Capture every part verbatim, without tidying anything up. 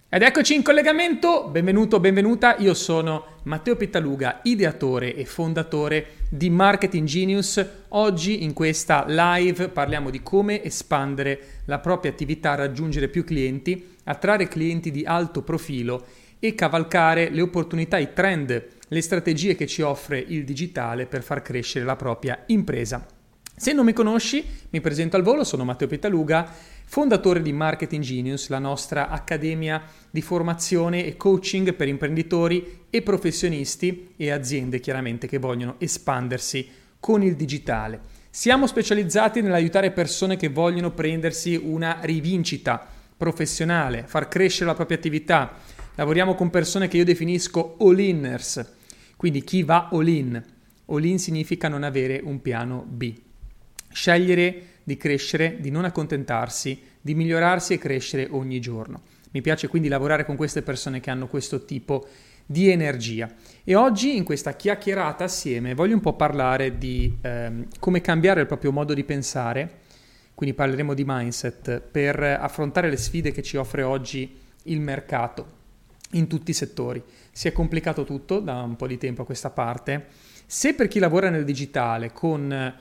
Ed eccoci in collegamento, benvenuto, benvenuta, io sono Matteo Pittaluga, ideatore e fondatore di Marketing Genius. Oggi in questa live parliamo di come espandere la propria attività, raggiungere più clienti, attrarre clienti di alto profilo e cavalcare le opportunità, i trend, le strategie che ci offre il digitale per far crescere la propria impresa. Se non mi conosci, mi presento al volo, sono Matteo Pittaluga, fondatore di Marketing Genius, la nostra accademia di formazione e coaching per imprenditori e professionisti e aziende chiaramente che vogliono espandersi con il digitale. Siamo specializzati nell'aiutare persone che vogliono prendersi una rivincita professionale, far crescere la propria attività. Lavoriamo con persone che io definisco all-inners, quindi chi va all-in. All-in significa non avere un piano B. Scegliere di crescere, di non accontentarsi, di migliorarsi e crescere ogni giorno. Mi piace quindi lavorare con queste persone che hanno questo tipo di energia. E oggi in questa chiacchierata assieme voglio un po' parlare di ehm, come cambiare il proprio modo di pensare, quindi parleremo di mindset per affrontare le sfide che ci offre oggi il mercato in tutti i settori. Si è complicato tutto da un po' di tempo a questa parte. Se per chi lavora nel digitale con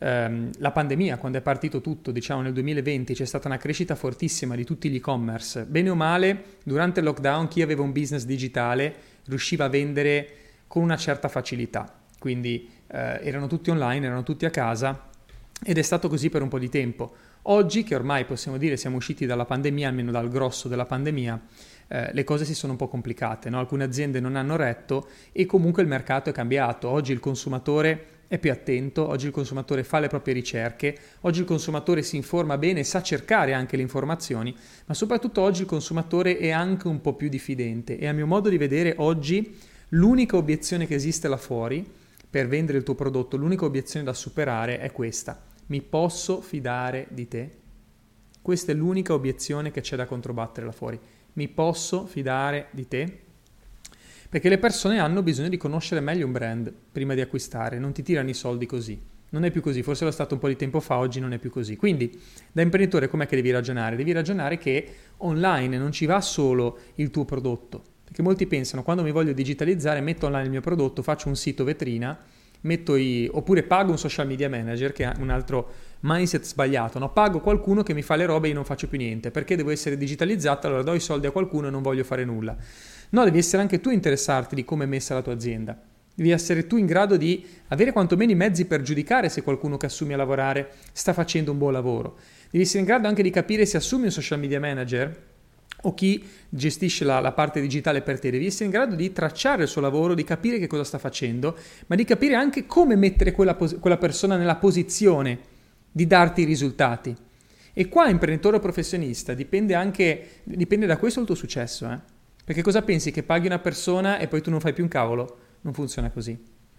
la pandemia, quando è partito tutto, diciamo nel duemilaventi, c'è stata una crescita fortissima di tutti gli e-commerce. Bene o male, durante il lockdown chi aveva un business digitale riusciva a vendere con una certa facilità. Quindi eh, erano tutti online, erano tutti a casa ed è stato così per un po' di tempo. Oggi, che ormai possiamo dire siamo usciti dalla pandemia, almeno dal grosso della pandemia, eh, le cose si sono un po' complicate, no? Alcune aziende non hanno retto e comunque il mercato è cambiato. Oggi il consumatore è più attento, oggi il consumatore fa le proprie ricerche, oggi il consumatore si informa bene, sa cercare anche le informazioni, ma soprattutto oggi il consumatore è anche un po' più diffidente e a mio modo di vedere oggi l'unica obiezione che esiste là fuori per vendere il tuo prodotto, l'unica obiezione da superare è questa: mi posso fidare di te? Questa è l'unica obiezione che c'è da controbattere là fuori. Mi posso fidare di te? Perché le persone hanno bisogno di conoscere meglio un brand prima di acquistare, non ti tirano i soldi così. Non è più così, forse lo è stato un po' di tempo fa, oggi non è più così. Quindi da imprenditore com'è che devi ragionare? Devi ragionare che online non ci va solo il tuo prodotto, perché molti pensano quando mi voglio digitalizzare metto online il mio prodotto, faccio un sito vetrina, metto i... oppure pago un social media manager, che è un altro mindset sbagliato, no? Pago qualcuno che mi fa le robe e io non faccio più niente, perché devo essere digitalizzato, allora do i soldi a qualcuno e non voglio fare nulla. No, devi essere anche tu interessarti di come è messa la tua azienda. Devi essere tu in grado di avere quantomeno i mezzi per giudicare se qualcuno che assumi a lavorare sta facendo un buon lavoro. Devi essere in grado anche di capire se assumi un social media manager o chi gestisce la, la parte digitale per te. Devi essere in grado di tracciare il suo lavoro, di capire che cosa sta facendo, ma di capire anche come mettere quella, pos- quella persona nella posizione di darti i risultati. E qua, imprenditore o professionista, dipende anche dipende da questo il tuo successo, eh? Perché cosa pensi? Che paghi una persona e poi tu non fai più un cavolo? Non funziona così.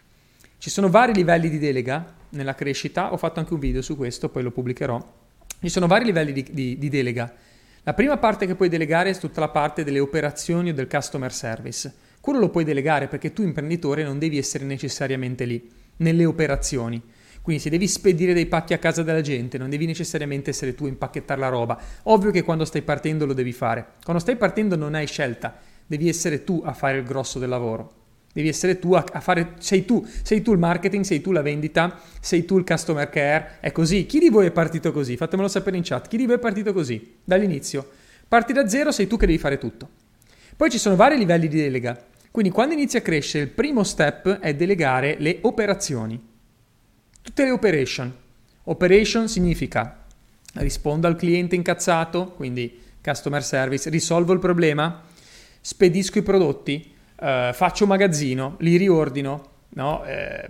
Ci sono vari livelli di delega nella crescita, ho fatto anche un video su questo, poi lo pubblicherò. Ci sono vari livelli di, di, di delega. La prima parte che puoi delegare è tutta la parte delle operazioni o del customer service. Quello lo puoi delegare perché tu imprenditore non devi essere necessariamente lì, nelle operazioni. Quindi se devi spedire dei pacchi a casa della gente, non devi necessariamente essere tu a impacchettare la roba. Ovvio che quando stai partendo lo devi fare. Quando stai partendo non hai scelta, devi essere tu a fare il grosso del lavoro. Devi essere tu a, a fare, sei tu, sei tu il marketing, sei tu la vendita, sei tu il customer care. È così. Chi di voi è partito così? Fatemelo sapere in chat. Chi di voi è partito così? Dall'inizio. Parti da zero, sei tu che devi fare tutto. Poi ci sono vari livelli di delega. Quindi quando inizi a crescere, il primo step è delegare le operazioni. Tutte le operation. Operation significa rispondo al cliente incazzato, quindi customer service, risolvo il problema, spedisco i prodotti, eh, faccio un magazzino, li riordino, no? Eh,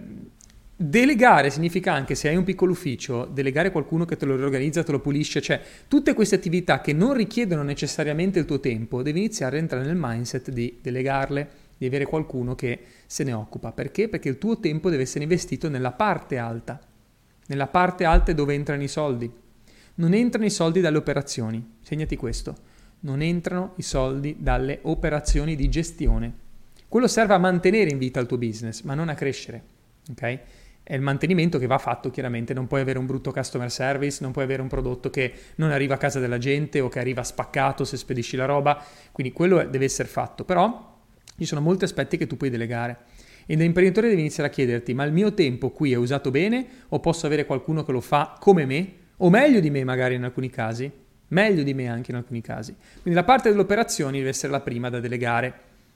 delegare significa anche, se hai un piccolo ufficio, delegare qualcuno che te lo riorganizza, te lo pulisce, cioè tutte queste attività che non richiedono necessariamente il tuo tempo, devi iniziare a entrare nel mindset di delegarle, di avere qualcuno che se ne occupa. Perché? Perché il tuo tempo deve essere investito nella parte alta. Nella parte alta è dove entrano i soldi. Non entrano i soldi dalle operazioni. Segnati questo. Non entrano i soldi dalle operazioni di gestione. Quello serve a mantenere in vita il tuo business, ma non a crescere. Ok? è il mantenimento che va fatto chiaramente, non puoi avere un brutto customer service, non puoi avere un prodotto che non arriva a casa della gente o che arriva spaccato se spedisci la roba, quindi quello deve essere fatto, però ci sono molti aspetti che tu puoi delegare e da imprenditore devi iniziare a chiederti: ma il mio tempo qui è usato bene o posso avere qualcuno che lo fa come me o meglio di me magari in alcuni casi, meglio di me anche in alcuni casi, quindi la parte delle operazioni deve essere la prima da delegare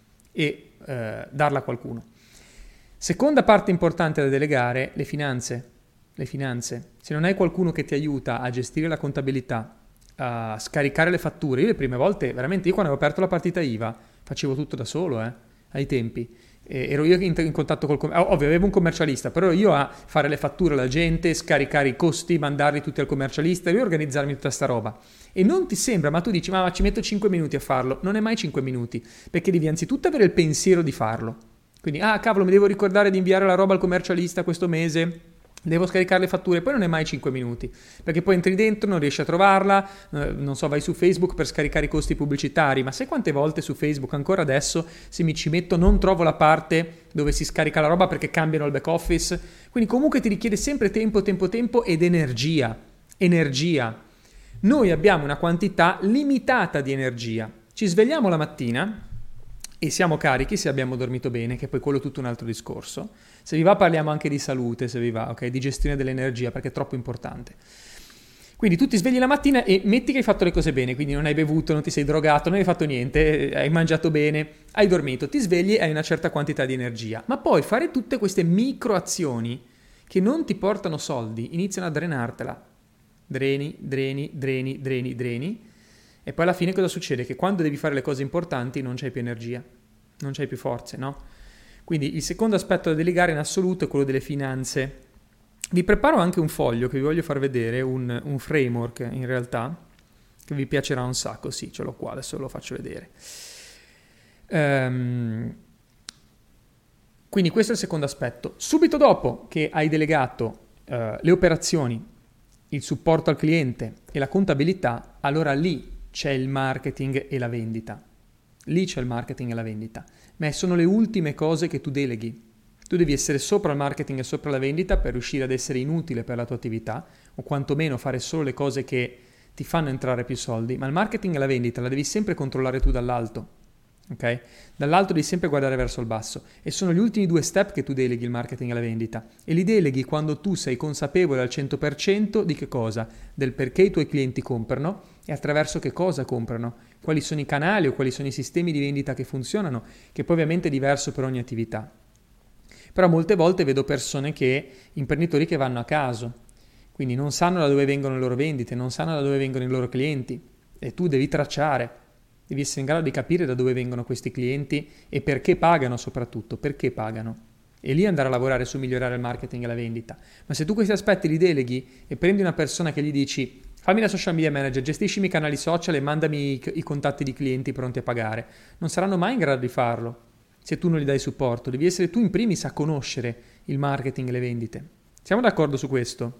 e eh, darla a qualcuno. Seconda parte importante da delegare, le finanze. Le finanze. Se non hai qualcuno che ti aiuta a gestire la contabilità, a scaricare le fatture, io le prime volte, veramente, io quando avevo aperto la partita I V A, facevo tutto da solo, eh, ai tempi. E ero io in, in contatto col commercialista, ovvio avevo un commercialista, però ero io a fare le fatture alla gente, scaricare i costi, mandarli tutti al commercialista, io organizzarmi tutta sta roba. E non ti sembra, ma tu dici: ma, ma ci metto cinque minuti a farlo. Non è mai cinque minuti, perché devi anzitutto avere il pensiero di farlo. Quindi, ah cavolo, mi devo ricordare di inviare la roba al commercialista questo mese, devo scaricare le fatture, poi non è mai cinque minuti, perché poi entri dentro, non riesci a trovarla, eh, non so, vai su Facebook per scaricare i costi pubblicitari, ma sai quante volte su Facebook ancora adesso, se mi ci metto, non trovo la parte dove si scarica la roba perché cambiano il back office, quindi comunque ti richiede sempre tempo, tempo, tempo ed energia, energia. Noi abbiamo una quantità limitata di energia, ci svegliamo la mattina e siamo carichi se abbiamo dormito bene, che poi quello è tutto un altro discorso. Se vi va parliamo anche di salute, se vi va, ok? Di gestione dell'energia, perché è troppo importante. Quindi tu ti svegli la mattina e metti che hai fatto le cose bene, quindi non hai bevuto, non ti sei drogato, non hai fatto niente, hai mangiato bene, hai dormito, ti svegli e hai una certa quantità di energia. Ma poi fare tutte queste micro azioni che non ti portano soldi iniziano a drenartela. Dreni, dreni, dreni, dreni, dreni. E poi alla fine cosa succede? Che quando devi fare le cose importanti non c'hai più energia, non c'hai più forze, no? Quindi il secondo aspetto da delegare in assoluto è quello delle finanze. Vi preparo anche un foglio che vi voglio far vedere, un, un framework in realtà, che vi piacerà un sacco, sì, ce l'ho qua, adesso ve lo faccio vedere. Um, quindi questo è il secondo aspetto. Subito dopo che hai delegato uh, le operazioni, il supporto al cliente e la contabilità, allora lì c'è il marketing e la vendita. Lì c'è il marketing e la vendita. Ma sono le ultime cose che tu deleghi. Tu devi essere sopra il marketing e sopra la vendita per riuscire ad essere inutile per la tua attività, o quantomeno fare solo le cose che ti fanno entrare più soldi, ma il marketing e la vendita la devi sempre controllare tu dall'alto. Ok? Dall'alto devi sempre guardare verso il basso e sono gli ultimi due step che tu deleghi il marketing e la vendita e li deleghi quando tu sei consapevole al cento per cento di che cosa? Del perché i tuoi clienti comprano e attraverso che cosa comprano, quali sono i canali o quali sono i sistemi di vendita che funzionano, che poi ovviamente è diverso per ogni attività. Però molte volte vedo persone che, imprenditori che vanno a caso, quindi non sanno da dove vengono le loro vendite, non sanno da dove vengono i loro clienti e tu devi tracciare. Devi essere in grado di capire da dove vengono questi clienti e perché pagano soprattutto, perché pagano. E lì andare a lavorare su migliorare il marketing e la vendita. Ma se tu questi aspetti li deleghi e prendi una persona che gli dici: fammi la social media manager, gestiscimi i canali social e mandami i, i contatti di clienti pronti a pagare, non saranno mai in grado di farlo se tu non gli dai supporto. Devi essere tu in primis a conoscere il marketing e le vendite. Siamo d'accordo su questo?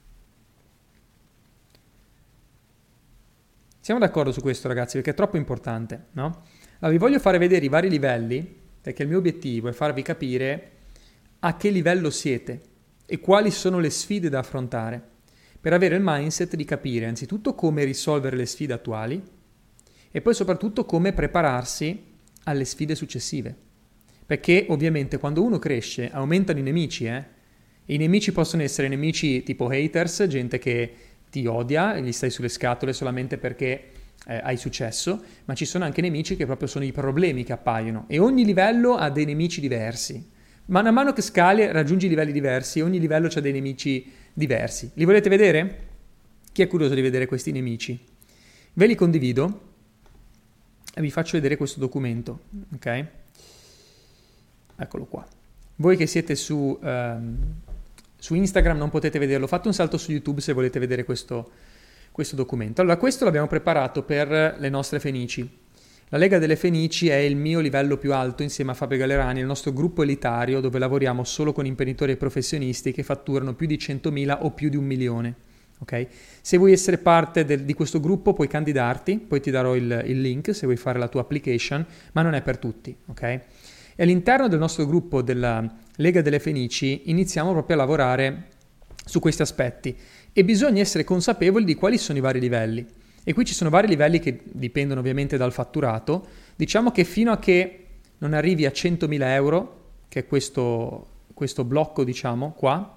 Siamo d'accordo su questo, ragazzi, perché è troppo importante, no? Allora, vi voglio fare vedere i vari livelli, perché il mio obiettivo è farvi capire a che livello siete e quali sono le sfide da affrontare, per avere il mindset di capire anzitutto come risolvere le sfide attuali e poi soprattutto come prepararsi alle sfide successive. Perché ovviamente quando uno cresce aumentano i nemici, eh? E i nemici possono essere nemici tipo haters, gente che ti odia e gli stai sulle scatole solamente perché eh, hai successo, ma ci sono anche nemici che proprio sono i problemi che appaiono e ogni livello ha dei nemici diversi. Man a mano che scali raggiungi livelli diversi, ogni livello ha dei nemici diversi. Li volete vedere? Chi è curioso di vedere questi nemici? Ve li condivido e vi faccio vedere questo documento, ok? Eccolo qua. Voi che siete su... Um, Su Instagram non potete vederlo, fate un salto su YouTube se volete vedere questo, questo documento. Allora, questo l'abbiamo preparato per le nostre Fenici. La Lega delle Fenici è il mio livello più alto insieme a Fabio Gallerani, il nostro gruppo elitario dove lavoriamo solo con imprenditori e professionisti che fatturano più di centomila o più di un milione. Okay? Se vuoi essere parte del, di questo gruppo puoi candidarti, poi ti darò il, il link se vuoi fare la tua application, ma non è per tutti. Ok? E all'interno del nostro gruppo della Lega delle Fenici iniziamo proprio a lavorare su questi aspetti e bisogna essere consapevoli di quali sono i vari livelli. E qui ci sono vari livelli che dipendono ovviamente dal fatturato. Diciamo che fino a che non arrivi a centomila euro, che è questo, questo blocco, diciamo, qua,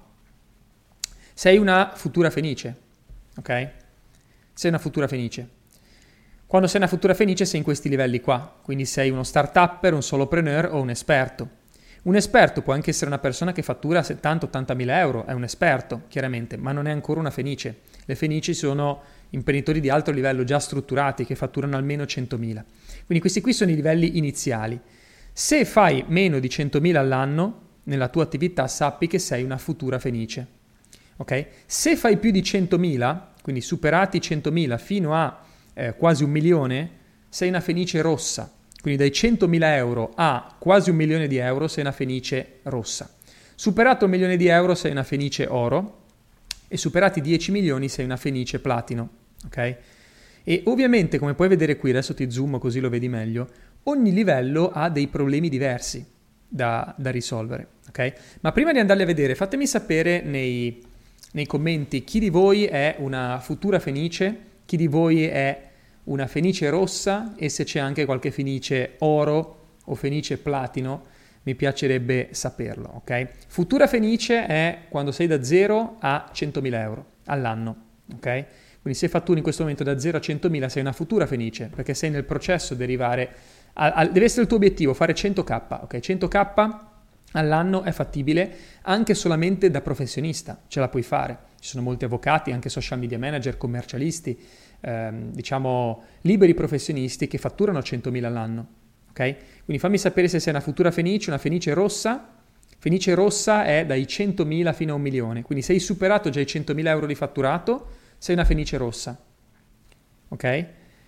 sei una futura fenice, ok? Sei una futura fenice. Quando sei una futura fenice sei in questi livelli qua, quindi sei uno start-upper, un solopreneur o un esperto. Un esperto può anche essere una persona che fattura settanta ottanta mila euro, è un esperto, chiaramente, ma non è ancora una fenice. Le fenici sono imprenditori di alto livello già strutturati che fatturano almeno centomila. Quindi questi qui sono i livelli iniziali. Se fai meno di centomila all'anno nella tua attività, sappi che sei una futura fenice. Ok? Se fai più di centomila, quindi superati i centomila fino a eh, quasi un milione, sei una fenice rossa. Quindi dai centomila euro a quasi un milione di euro sei una fenice rossa. Superato un milione di euro sei una fenice oro e superati dieci milioni sei una fenice platino. Ok? E ovviamente, come puoi vedere qui, adesso ti zoom così lo vedi meglio, ogni livello ha dei problemi diversi da, da risolvere. Ok? Ma prima di andarli a vedere, fatemi sapere nei, nei commenti chi di voi è una futura fenice, chi di voi è una fenice rossa e se c'è anche qualche fenice oro o fenice platino, mi piacerebbe saperlo, ok? Futura fenice è quando sei da zero a centomila euro all'anno, ok? Quindi se fatturi in questo momento da zero a centomila sei una futura fenice, perché sei nel processo di arrivare, a, a, deve essere il tuo obiettivo, fare cento k, ok? cento k all'anno è fattibile anche solamente da professionista, ce la puoi fare. Ci sono molti avvocati, anche social media manager, commercialisti, ehm, diciamo liberi professionisti che fatturano centomila all'anno, ok? Quindi fammi sapere se sei una futura fenice, una fenice rossa. Fenice rossa è dai centomila fino a un milione, quindi se hai superato già i centomila euro di fatturato, sei una fenice rossa, ok?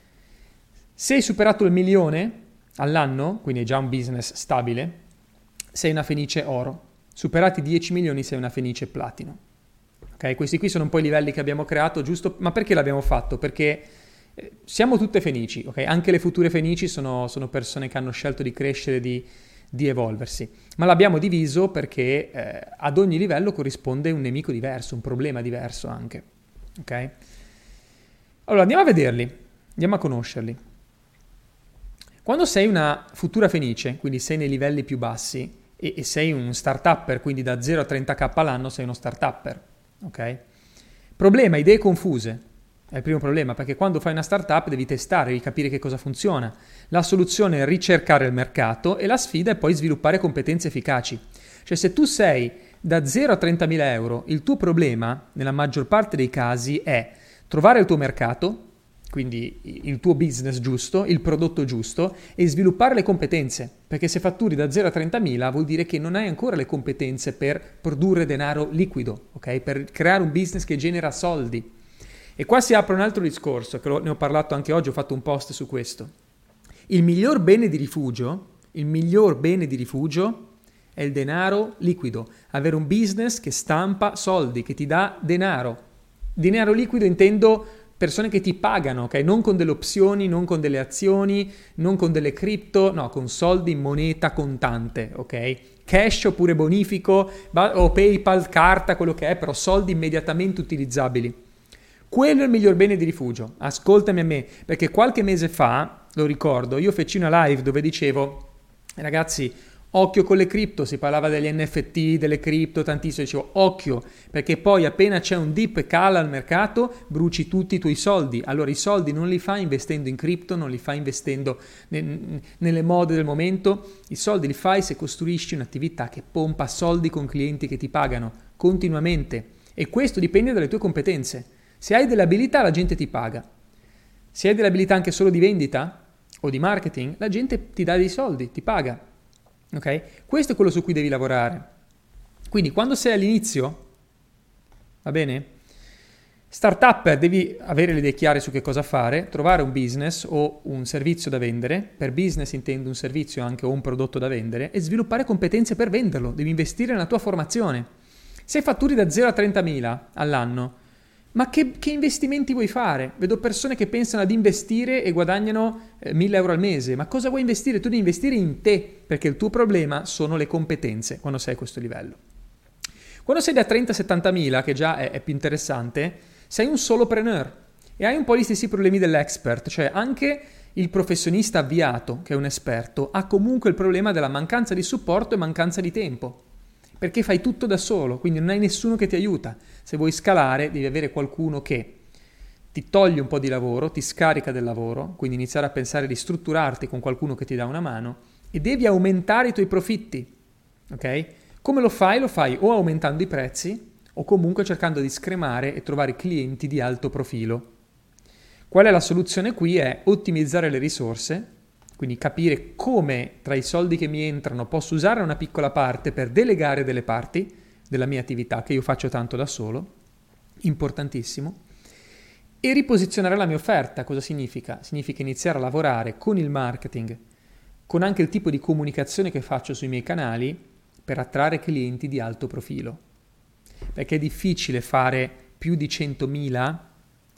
Se hai superato il milione all'anno, quindi è già un business stabile, sei una fenice oro. Superati dieci milioni sei una fenice platino. Ok, questi qui sono un po' i livelli che abbiamo creato, giusto? Ma perché l'abbiamo fatto? Perché eh, siamo tutte fenici, ok? Anche le future fenici sono, sono persone che hanno scelto di crescere, di, di evolversi. Ma l'abbiamo diviso perché eh, ad ogni livello corrisponde un nemico diverso, un problema diverso anche, ok? Allora, andiamo a vederli, andiamo a conoscerli. Quando sei una futura fenice, quindi sei nei livelli più bassi, e, e sei un start-upper, quindi da zero a trenta k l'anno sei uno start-upper. Ok? Problema, idee confuse. È il primo problema, perché quando fai una startup devi testare, devi capire che cosa funziona. La soluzione è ricercare il mercato e la sfida è poi sviluppare competenze efficaci. Cioè se tu sei da zero a trentamila euro, il tuo problema, nella maggior parte dei casi, è trovare il tuo mercato, quindi il tuo business giusto, il prodotto giusto e sviluppare le competenze, perché se fatturi da zero a trentamila vuol dire che non hai ancora le competenze per produrre denaro liquido, ok? Per creare un business che genera soldi. E qua si apre un altro discorso, che ne ho parlato anche oggi, ho fatto un post su questo. Il miglior bene di rifugio, il miglior bene di rifugio è il denaro liquido, avere un business che stampa soldi, che ti dà denaro. Denaro liquido intendo persone che ti pagano, ok? Non con delle opzioni, non con delle azioni, non con delle cripto, no, con soldi in moneta contante, ok? Cash oppure bonifico, o PayPal, carta, quello che è, però soldi immediatamente utilizzabili. Quello è il miglior bene di rifugio. Ascoltami a me, perché qualche mese fa, lo ricordo, io feci una live dove dicevo, ragazzi, occhio con le cripto, si parlava degli N F T, delle cripto, tantissimo, dicevo occhio, perché poi appena c'è un dip e cala al mercato, bruci tutti i tuoi soldi. Allora i soldi non li fai investendo in cripto, non li fai investendo ne- nelle mode del momento, i soldi li fai se costruisci un'attività che pompa soldi con clienti che ti pagano continuamente e questo dipende dalle tue competenze. Se hai delle abilità la gente ti paga, se hai delle abilità anche solo di vendita o di marketing, la gente ti dà dei soldi, ti paga. Ok? Questo è quello su cui devi lavorare. Quindi quando sei all'inizio, va bene? Startup devi avere le idee chiare su che cosa fare, trovare un business o un servizio da vendere, per business intendo un servizio anche o un prodotto da vendere e sviluppare competenze per venderlo, devi investire nella tua formazione. Se fatturi da zero a trentamila all'anno, Ma che, che investimenti vuoi fare? Vedo persone che pensano ad investire e guadagnano eh, mille euro al mese. Ma cosa vuoi investire? Tu devi investire in te, perché il tuo problema sono le competenze quando sei a questo livello. Quando sei da trenta settanta mila, che già è, è più interessante, sei un solopreneur e hai un po' gli stessi problemi dell'expert, cioè anche il professionista avviato, che è un esperto, ha comunque il problema della mancanza di supporto e mancanza di tempo. Perché fai tutto da solo, quindi non hai nessuno che ti aiuta. Se vuoi scalare devi avere qualcuno che ti toglie un po' di lavoro, ti scarica del lavoro, quindi iniziare a pensare di strutturarti con qualcuno che ti dà una mano e devi aumentare i tuoi profitti, ok? Come lo fai? Lo fai o aumentando i prezzi o comunque cercando di scremare e trovare clienti di alto profilo. Qual è la soluzione qui? È ottimizzare le risorse, quindi capire come tra i soldi che mi entrano posso usare una piccola parte per delegare delle parti della mia attività che io faccio tanto da solo, importantissimo, e riposizionare la mia offerta. Cosa significa? Significa iniziare a lavorare con il marketing, con anche il tipo di comunicazione che faccio sui miei canali per attrarre clienti di alto profilo. Perché è difficile fare più di centomila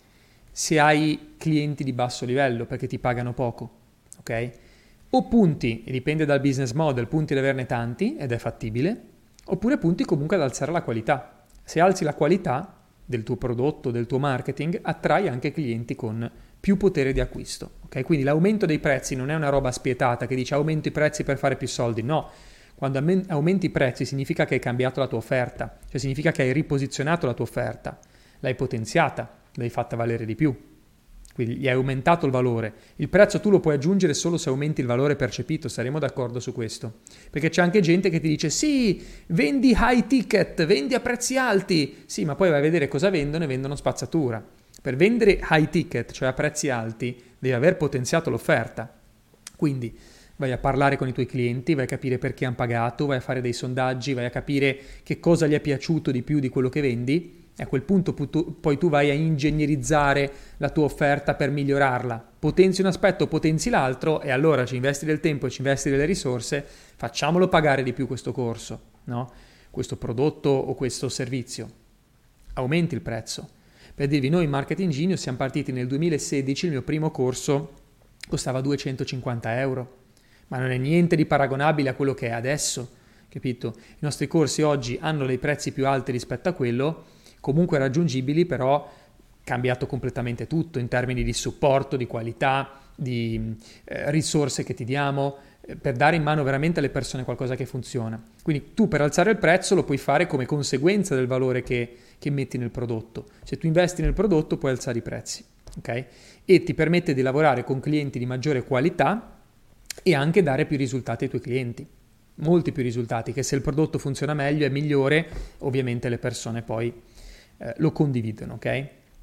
se hai clienti di basso livello, perché ti pagano poco. Okay? O punti, e dipende dal business model, punti ad averne tanti ed è fattibile, oppure punti comunque ad alzare la qualità. Se alzi la qualità del tuo prodotto, del tuo marketing, attrai anche clienti con più potere di acquisto. Okay? Quindi l'aumento dei prezzi non è una roba spietata che dice aumento i prezzi per fare più soldi, no. Quando aumenti i prezzi significa che hai cambiato la tua offerta, cioè significa che hai riposizionato la tua offerta, l'hai potenziata, l'hai fatta valere di più. Quindi gli hai aumentato il valore. Il prezzo tu lo puoi aggiungere solo se aumenti il valore percepito, saremo d'accordo su questo. Perché c'è anche gente che ti dice sì, vendi high ticket, vendi a prezzi alti. Sì, ma poi vai a vedere cosa vendono e vendono spazzatura. Per vendere high ticket, cioè a prezzi alti, devi aver potenziato l'offerta. Quindi vai a parlare con i tuoi clienti, vai a capire perché hanno pagato, vai a fare dei sondaggi, vai a capire che cosa gli è piaciuto di più di quello che vendi. E a quel punto poi tu vai a ingegnerizzare la tua offerta per migliorarla. Potenzi un aspetto, potenzi l'altro e allora ci investi del tempo e ci investi delle risorse, facciamolo pagare di più questo corso, no? Questo prodotto o questo servizio. Aumenti il prezzo. Per dirvi, noi in Marketing Genius siamo partiti nel duemilasedici, il mio primo corso costava duecentocinquanta euro, ma non è niente di paragonabile a quello che è adesso, capito? I nostri corsi oggi hanno dei prezzi più alti rispetto a quello, comunque raggiungibili, però cambiato completamente tutto in termini di supporto, di qualità, di eh, risorse che ti diamo, eh, per dare in mano veramente alle persone qualcosa che funziona. Quindi tu per alzare il prezzo lo puoi fare come conseguenza del valore che, che metti nel prodotto. Se tu investi nel prodotto puoi alzare i prezzi, ok? E ti permette di lavorare con clienti di maggiore qualità e anche dare più risultati ai tuoi clienti. Molti più risultati, che se il prodotto funziona meglio è migliore, ovviamente le persone poi Eh, lo condividono, ok?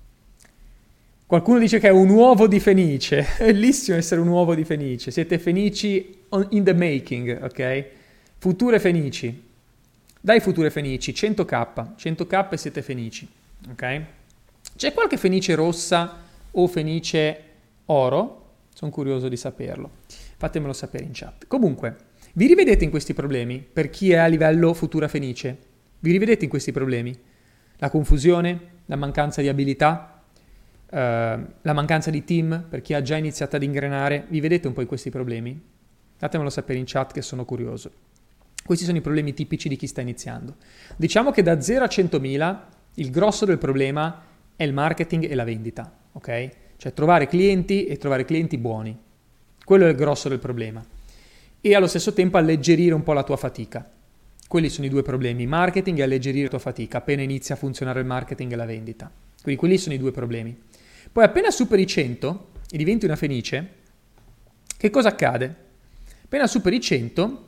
Qualcuno dice che è un uovo di Fenice, è bellissimo essere un uovo di Fenice, siete Fenici on, in the making, ok? Future Fenici, dai future Fenici, cento k, cento k e siete Fenici, ok? C'è qualche Fenice rossa o Fenice oro? Sono curioso di saperlo, fatemelo sapere in chat. Comunque, vi rivedete in questi problemi per chi è a livello futura Fenice? Vi rivedete in questi problemi? La confusione, la mancanza di abilità, eh, la mancanza di team per chi ha già iniziato ad ingranare. Vi vedete un po' in questi problemi? Fatemelo sapere in chat che sono curioso. Questi sono i problemi tipici di chi sta iniziando. Diciamo che da zero a centomila il grosso del problema è il marketing e la vendita, ok? Cioè trovare clienti e trovare clienti buoni. Quello è il grosso del problema. E allo stesso tempo alleggerire un po' la tua fatica. Quelli sono i due problemi, marketing e alleggerire la tua fatica, appena inizia a funzionare il marketing e la vendita. Quindi quelli sono i due problemi. Poi appena superi cento e diventi una Fenice, che cosa accade? Appena superi cento,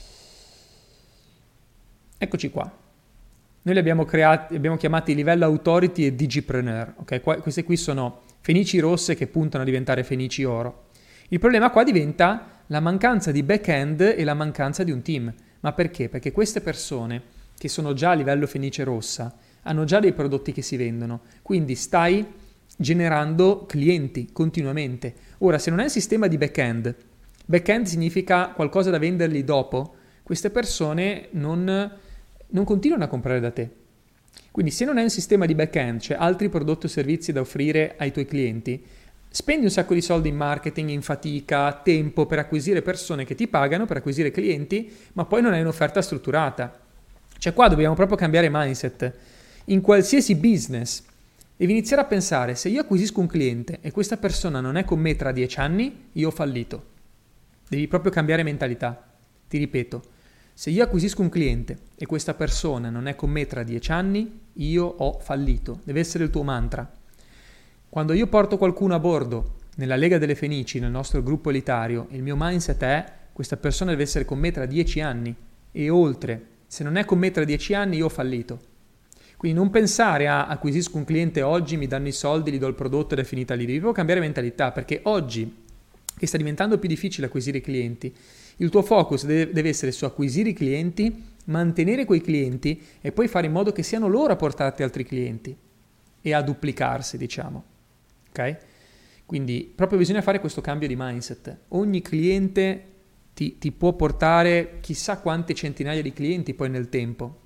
eccoci qua. Noi li abbiamo creati, abbiamo chiamati livello authority e digipreneur, ok? Qua, queste qui sono Fenici rosse che puntano a diventare Fenici oro. Il problema qua diventa la mancanza di back-end e la mancanza di un team. Ma perché? Perché queste persone che sono già a livello Fenice rossa hanno già dei prodotti che si vendono, quindi stai generando clienti continuamente. Ora, se non hai un sistema di back-end, back-end significa qualcosa da vendergli dopo, queste persone non, non continuano a comprare da te. Quindi se non hai un sistema di back-end, cioè altri prodotti o servizi da offrire ai tuoi clienti, spendi un sacco di soldi in marketing, in fatica, tempo per acquisire persone che ti pagano, per acquisire clienti, ma poi non hai un'offerta strutturata. Cioè qua dobbiamo proprio cambiare mindset. In qualsiasi business devi iniziare a pensare: se io acquisisco un cliente e questa persona non è con me tra dieci anni, io ho fallito. Devi proprio cambiare mentalità. Ti ripeto, se io acquisisco un cliente e questa persona non è con me tra dieci anni, io ho fallito. Deve essere il tuo mantra. Quando io porto qualcuno a bordo nella Lega delle Fenici, nel nostro gruppo elitario, il mio mindset è: questa persona deve essere con me tra dieci anni e oltre. Se non è con me tra dieci anni, io ho fallito. Quindi non pensare a acquisisco un cliente oggi, mi danno i soldi, gli do il prodotto ed è finita lì. Devi proprio cambiare mentalità, perché oggi, che sta diventando più difficile acquisire clienti, il tuo focus deve, deve essere su acquisire i clienti, mantenere quei clienti e poi fare in modo che siano loro a portarti altri clienti e a duplicarsi, diciamo. Ok? Quindi proprio bisogna fare questo cambio di mindset. Ogni cliente ti, ti può portare chissà quante centinaia di clienti poi nel tempo.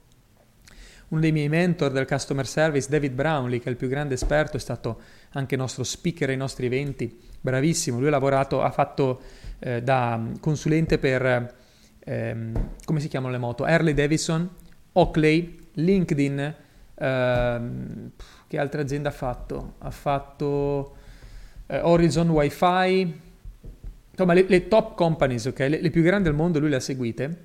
Uno dei miei mentor del customer service, David Brownlee, che è il più grande esperto, è stato anche nostro speaker ai nostri eventi, bravissimo. Lui ha lavorato, ha fatto eh, da consulente per, ehm, come si chiamano le moto? Harley Davidson, Oakley, LinkedIn, ehm, che altra azienda ha fatto? Ha fatto eh, Horizon Wi-Fi, insomma le, le top companies, ok? Le, le più grandi al mondo lui le ha seguite.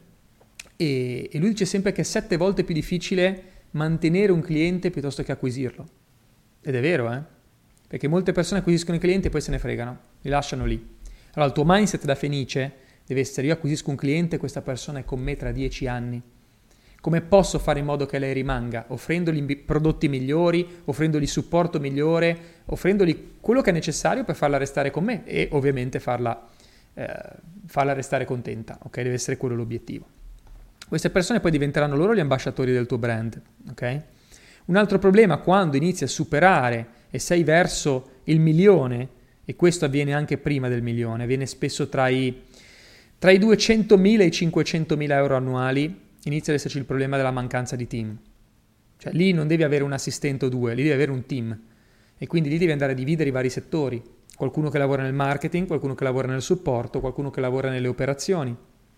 E, e lui dice sempre che è sette volte più difficile mantenere un cliente piuttosto che acquisirlo. Ed è vero, eh? Perché molte persone acquisiscono i clienti e poi se ne fregano, li lasciano lì. Allora il tuo mindset da fenice deve essere: io acquisisco un cliente e questa persona è con me tra dieci anni. Come posso fare in modo che lei rimanga? Offrendogli prodotti migliori, offrendogli supporto migliore, offrendogli quello che è necessario per farla restare con me e ovviamente farla, eh, farla restare contenta, ok? Deve essere quello l'obiettivo. Queste persone poi diventeranno loro gli ambasciatori del tuo brand, ok? Un altro problema quando inizi a superare e sei verso il milione, e questo avviene anche prima del milione, avviene spesso tra i, tra i duecentomila e i cinquecentomila euro annuali, inizia ad esserci il problema della mancanza di team. Cioè lì non devi avere un assistente o due, lì devi avere un team. E quindi lì devi andare a dividere i vari settori. Qualcuno che lavora nel marketing, qualcuno che lavora nel supporto, qualcuno che lavora nelle operazioni.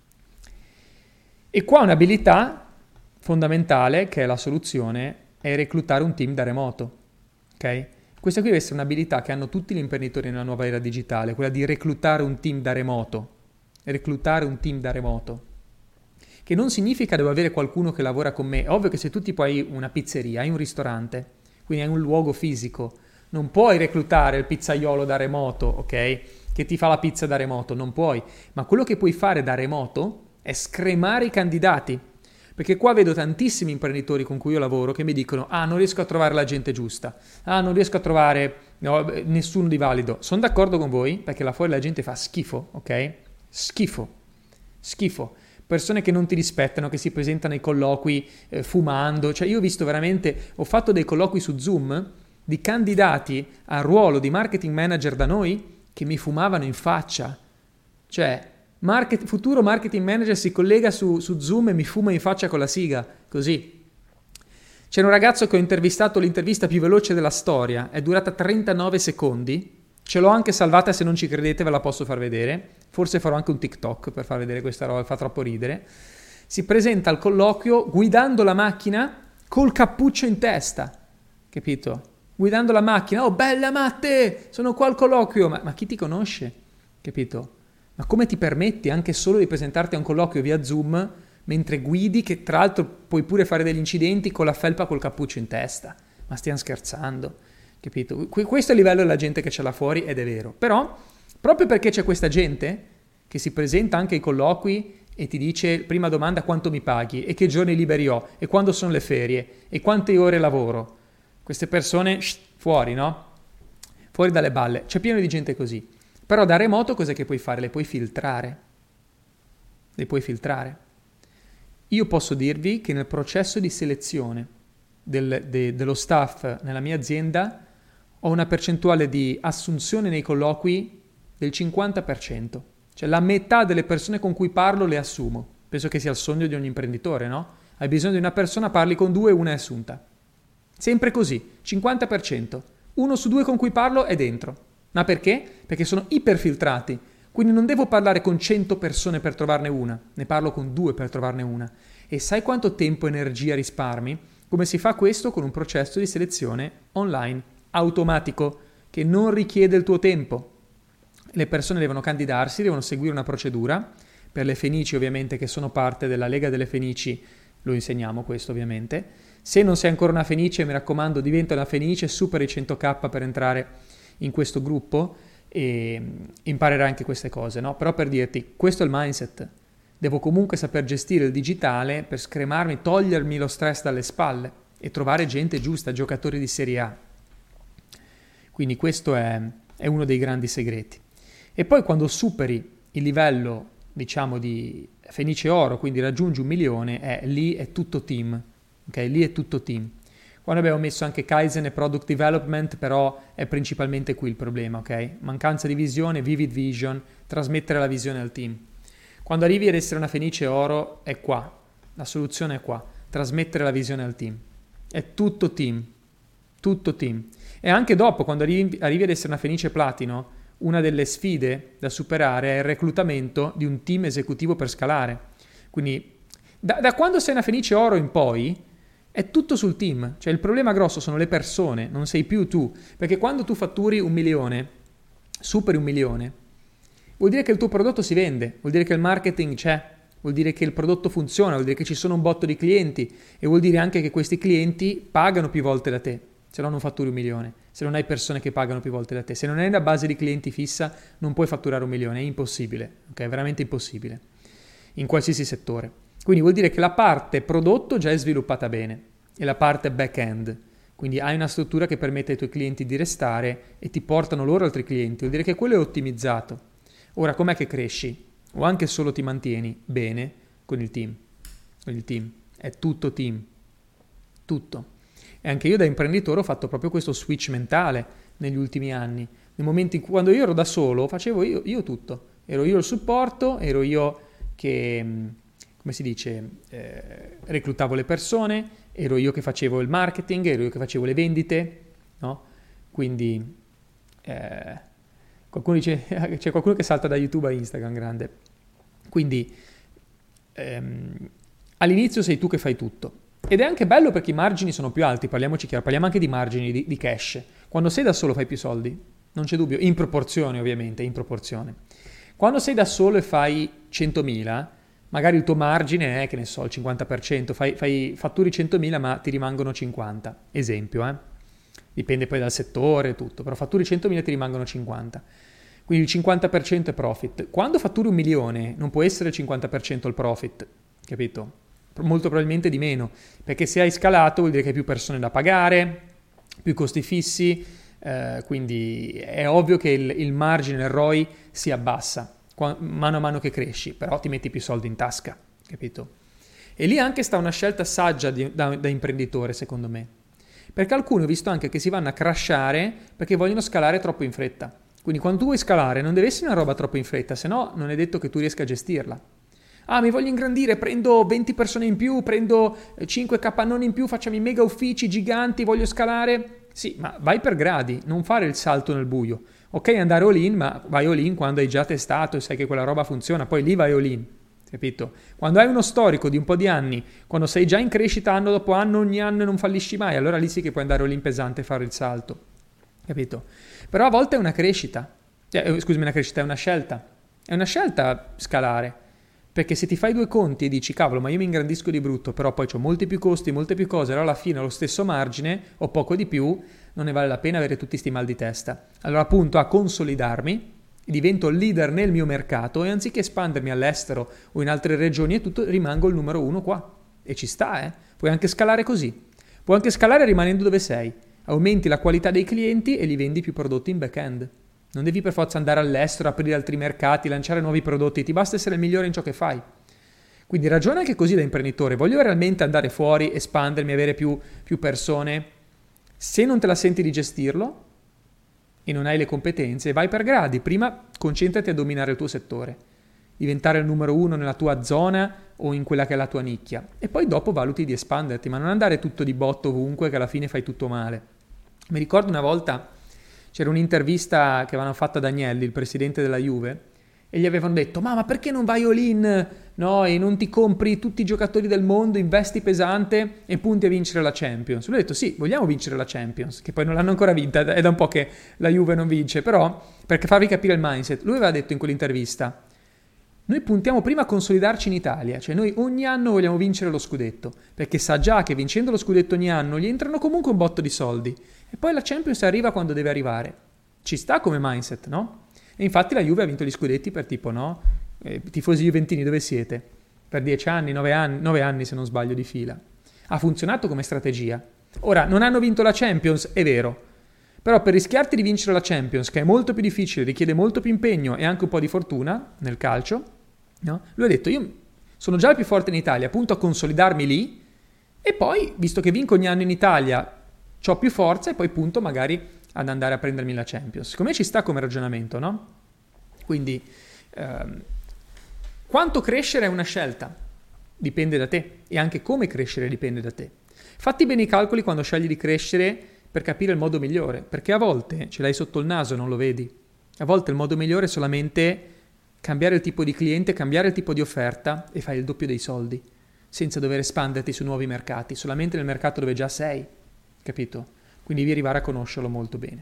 E qua un'abilità fondamentale, che è la soluzione, è reclutare un team da remoto. Ok? Questa qui deve essere un'abilità che hanno tutti gli imprenditori nella nuova era digitale, quella di reclutare un team da remoto. Reclutare un team da remoto. Che non significa devo avere qualcuno che lavora con me. È ovvio che se tu tipo hai una pizzeria, hai un ristorante, quindi hai un luogo fisico, non puoi reclutare il pizzaiolo da remoto, ok? Che ti fa la pizza da remoto, non puoi. Ma quello che puoi fare da remoto è scremare i candidati, perché qua vedo tantissimi imprenditori con cui io lavoro che mi dicono: ah, non riesco a trovare la gente giusta, ah, non riesco a trovare no, nessuno di valido. Sono d'accordo con voi, perché là fuori la gente fa schifo, ok? Schifo, schifo. Persone che non ti rispettano, che si presentano ai colloqui eh, fumando. Cioè io ho visto veramente, ho fatto dei colloqui su Zoom di candidati al ruolo di marketing manager da noi che mi fumavano in faccia. Cioè Market, futuro marketing manager si collega su, su Zoom e mi fuma in faccia con la siga, così. C'è un ragazzo che ho intervistato, l'intervista più veloce della storia, è durata trentanove secondi, ce l'ho anche salvata, se non ci credete ve la posso far vedere, forse farò anche un TikTok per far vedere questa roba, fa troppo ridere. Si presenta al colloquio guidando la macchina col cappuccio in testa, capito? Guidando la macchina: oh bella Matte, sono qua al colloquio, ma, ma chi ti conosce, capito? Ma come ti permetti anche solo di presentarti a un colloquio via Zoom mentre guidi, che tra l'altro puoi pure fare degli incidenti con la felpa col cappuccio in testa? Ma stiamo scherzando, capito? Questo è il livello della gente che c'è là fuori ed è vero. Però, proprio perché c'è questa gente che si presenta anche ai colloqui e ti dice, prima domanda, quanto mi paghi e che giorni liberi ho e quando sono le ferie e quante ore lavoro, queste persone shh, fuori, no? Fuori dalle balle. C'è pieno di gente così. Però da remoto cos'è che puoi fare? Le puoi filtrare. Le puoi filtrare. Io posso dirvi che nel processo di selezione del, de, dello staff nella mia azienda ho una percentuale di assunzione nei colloqui del cinquanta per cento. Cioè la metà delle persone con cui parlo le assumo. Penso che sia il sogno di ogni imprenditore, no? Hai bisogno di una persona, parli con due e una è assunta. Sempre così, cinquanta per cento. Uno su due con cui parlo è dentro. Ma perché? Perché sono iperfiltrati. Quindi non devo parlare con cento persone per trovarne una, ne parlo con due per trovarne una. E sai quanto tempo e energia risparmi? Come si fa questo? Con un processo di selezione online, automatico, che non richiede il tuo tempo. Le persone devono candidarsi, devono seguire una procedura. Per le Fenici ovviamente, che sono parte della Lega delle Fenici, lo insegniamo questo ovviamente. Se non sei ancora una Fenice, mi raccomando, diventa una Fenice, supera i cento k per entrare in questo gruppo e imparerai anche queste cose, no? Però per dirti, questo è il mindset. Devo comunque saper gestire il digitale per scremarmi, togliermi lo stress dalle spalle e trovare gente giusta, giocatori di Serie A. Quindi questo è, è uno dei grandi segreti. E poi quando superi il livello, diciamo, di Fenice Oro, quindi raggiungi un milione, è, lì è tutto team. Ok, lì è tutto team. Quando abbiamo messo anche Kaizen e Product Development, però è principalmente qui il problema, ok? Mancanza di visione, vivid vision, trasmettere la visione al team. Quando arrivi ad essere una Fenice Oro, è qua. La soluzione è qua. Trasmettere la visione al team. È tutto team. Tutto team. E anche dopo, quando arrivi, arrivi ad essere una Fenice Platino, una delle sfide da superare è il reclutamento di un team esecutivo per scalare. Quindi, da, da quando sei una Fenice Oro in poi, è tutto sul team. Cioè il problema grosso sono le persone, non sei più tu. Perché quando tu fatturi un milione, superi un milione, vuol dire che il tuo prodotto si vende, vuol dire che il marketing c'è, vuol dire che il prodotto funziona, vuol dire che ci sono un botto di clienti e vuol dire anche che questi clienti pagano più volte da te, se no non fatturi un milione, se non hai persone che pagano più volte da te. Se non hai una base di clienti fissa non puoi fatturare un milione, è impossibile, ok? È veramente impossibile, in qualsiasi settore. Quindi vuol dire che la parte prodotto già è sviluppata bene e la parte back-end. Quindi hai una struttura che permette ai tuoi clienti di restare e ti portano loro altri clienti. Vuol dire che quello è ottimizzato. Ora, com'è che cresci? O anche solo ti mantieni bene con il team. Con il team. È tutto team. Tutto. E anche io da imprenditore ho fatto proprio questo switch mentale negli ultimi anni. Nel momento in cui, quando io ero da solo, facevo io, io tutto. Ero io il supporto, ero io che... come si dice, eh, reclutavo le persone, ero io che facevo il marketing, ero io che facevo le vendite, no? Quindi eh, qualcuno dice, c'è qualcuno che salta da YouTube a Instagram, grande. Quindi ehm, all'inizio sei tu che fai tutto. Ed è anche bello perché i margini sono più alti, parliamoci chiaro, parliamo anche di margini di, di cash. Quando sei da solo fai più soldi, non c'è dubbio, in proporzione ovviamente, in proporzione. Quando sei da solo e fai centomila, magari il tuo margine è, che ne so, il cinquanta per cento, fai, fai fatturi centomila ma ti rimangono cinquanta, esempio, eh? Dipende poi dal settore e tutto, però fatturi centomila e ti rimangono cinquanta. Quindi il cinquanta per cento è profit. Quando fatturi un milione non può essere il cinquanta per cento il profit, capito? Molto probabilmente di meno, perché se hai scalato vuol dire che hai più persone da pagare, più costi fissi, eh, quindi è ovvio che il, il margine, il R O I si abbassa mano a mano che cresci, però ti metti più soldi in tasca, capito? E lì anche sta una scelta saggia di, da, da imprenditore, secondo me, perché alcuni ho visto anche che si vanno a crashare perché vogliono scalare troppo in fretta. Quindi quando tu vuoi scalare non deve essere una roba troppo in fretta, se no non è detto che tu riesca a gestirla. Ah, mi voglio ingrandire, prendo venti persone in più, prendo cinque capannoni in più, facciamo i mega uffici giganti, voglio scalare. Sì, ma vai per gradi, non fare il salto nel buio. Ok, andare all in, ma vai all in quando hai già testato e sai che quella roba funziona, poi lì vai all in, capito? Quando hai uno storico di un po' di anni, quando sei già in crescita anno dopo anno, ogni anno e non fallisci mai, allora lì sì che puoi andare all in pesante e fare il salto, capito? Però a volte è una crescita, eh, scusami, una crescita, è una scelta, è una scelta scalare, perché se ti fai due conti e dici, cavolo, ma io mi ingrandisco di brutto, però poi ho molti più costi, molte più cose, allora alla fine ho lo stesso margine, o poco di più, non ne vale la pena avere tutti sti mal di testa. Allora appunto a consolidarmi, divento leader nel mio mercato e anziché espandermi all'estero o in altre regioni e tutto, rimango il numero uno qua. E ci sta, eh? Puoi anche scalare così. Puoi anche scalare rimanendo dove sei. Aumenti la qualità dei clienti e li vendi più prodotti in back-end. Non devi per forza andare all'estero, aprire altri mercati, lanciare nuovi prodotti, ti basta essere il migliore in ciò che fai. Quindi ragiona anche così da imprenditore. Voglio realmente andare fuori, espandermi, avere più, più persone. Se non te la senti di gestirlo e non hai le competenze, vai per gradi. Prima concentrati a dominare il tuo settore, diventare il numero uno nella tua zona o in quella che è la tua nicchia e poi dopo valuti di espanderti, ma non andare tutto di botto ovunque che alla fine fai tutto male. Mi ricordo una volta c'era un'intervista che avevano fatto ad Agnelli, il presidente della Juve, e gli avevano detto ma, ma perché non vai all in, no, e non ti compri tutti i giocatori del mondo, investi pesante e punti a vincere la Champions. Lui ha detto sì, vogliamo vincere la Champions, che poi non l'hanno ancora vinta, è da un po' che la Juve non vince, però perché farvi capire il mindset, lui aveva detto in quell'intervista noi puntiamo prima a consolidarci in Italia, cioè noi ogni anno vogliamo vincere lo scudetto, perché sa già che vincendo lo scudetto ogni anno gli entrano comunque un botto di soldi e poi la Champions arriva quando deve arrivare. Ci sta come mindset, no? E infatti la Juve ha vinto gli scudetti per tipo, no? Eh, tifosi juventini, dove siete? Per dieci anni, nove anni, nove anni se non sbaglio di fila. Ha funzionato come strategia. Ora, non hanno vinto la Champions, è vero. Però per rischiarti di vincere la Champions, che è molto più difficile, richiede molto più impegno e anche un po' di fortuna nel calcio, no? Lui ha detto, io sono già il più forte in Italia, punto a consolidarmi lì e poi, visto che vinco ogni anno in Italia, ho più forza e poi punto magari ad andare a prendermi la Champions. Secondo me ci sta come ragionamento, no? Quindi, ehm, quanto crescere è una scelta, dipende da te, e anche come crescere dipende da te. Fatti bene i calcoli quando scegli di crescere per capire il modo migliore, perché a volte ce l'hai sotto il naso e non lo vedi. A volte il modo migliore è solamente cambiare il tipo di cliente, cambiare il tipo di offerta e fai il doppio dei soldi, senza dover espanderti su nuovi mercati, solamente nel mercato dove già sei, capito? Quindi devi arrivare a conoscerlo molto bene.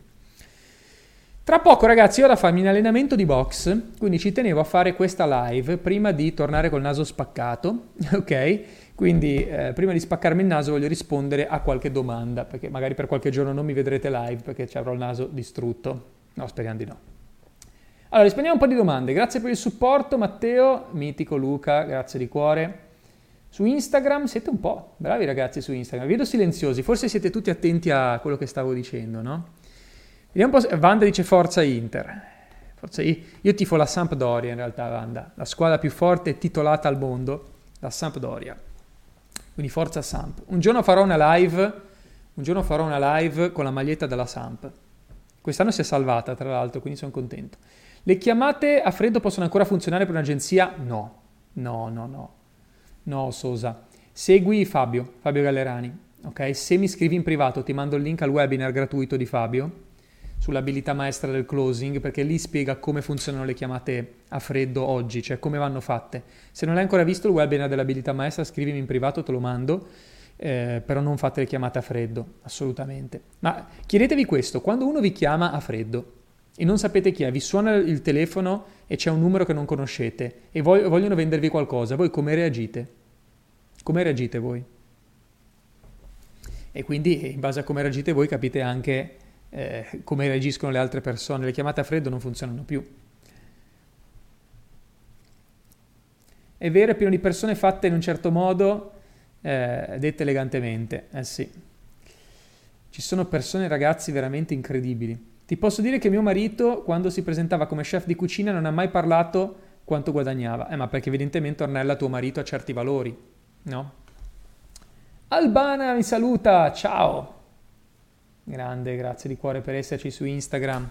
Tra poco ragazzi ho da farmi un allenamento di box, quindi ci tenevo a fare questa live prima di tornare col naso spaccato, ok? Quindi eh, prima di spaccarmi il naso voglio rispondere a qualche domanda, perché magari per qualche giorno non mi vedrete live perché ci avrò il naso distrutto. No, speriamo di no. Allora, rispondiamo a un po' di domande. Grazie per il supporto Matteo, mitico Luca, grazie di cuore. Su Instagram siete un po' bravi ragazzi su Instagram, vi vedo silenziosi, forse siete tutti attenti a quello che stavo dicendo, no? Vediamo un po'. Wanda dice forza Inter. Forza io, io tifo la Sampdoria in realtà, Wanda, la squadra più forte titolata al mondo, la Sampdoria. Quindi forza Samp. Un giorno farò una live, un giorno farò una live con la maglietta della Samp. Quest'anno si è salvata tra l'altro, quindi sono contento. Le chiamate a freddo possono ancora funzionare per un'agenzia? No, no, no, no. No, Sosa. Segui Fabio, Fabio Gallerani, ok? Se mi scrivi in privato ti mando il link al webinar gratuito di Fabio sull'abilità maestra del closing, perché lì spiega come funzionano le chiamate a freddo oggi, cioè come vanno fatte. Se non l'hai ancora visto il webinar dell'abilità maestra, scrivimi in privato, te lo mando, eh, però non fate le chiamate a freddo, assolutamente. Ma chiedetevi questo, quando uno vi chiama a freddo e non sapete chi è, vi suona il telefono e c'è un numero che non conoscete e vogliono vendervi qualcosa, voi come reagite? Come reagite voi? E quindi in base a come reagite voi capite anche eh, come reagiscono le altre persone. Le chiamate a freddo non funzionano più. È vero, è pieno di persone fatte in un certo modo, eh, dette elegantemente. Eh sì. Ci sono persone, ragazzi, veramente incredibili. Ti posso dire che mio marito, quando si presentava come chef di cucina, non ha mai parlato quanto guadagnava. Eh, ma perché evidentemente Ornella, tuo marito, ha certi valori, no? Albana mi saluta, ciao! Grande, grazie di cuore per esserci su Instagram.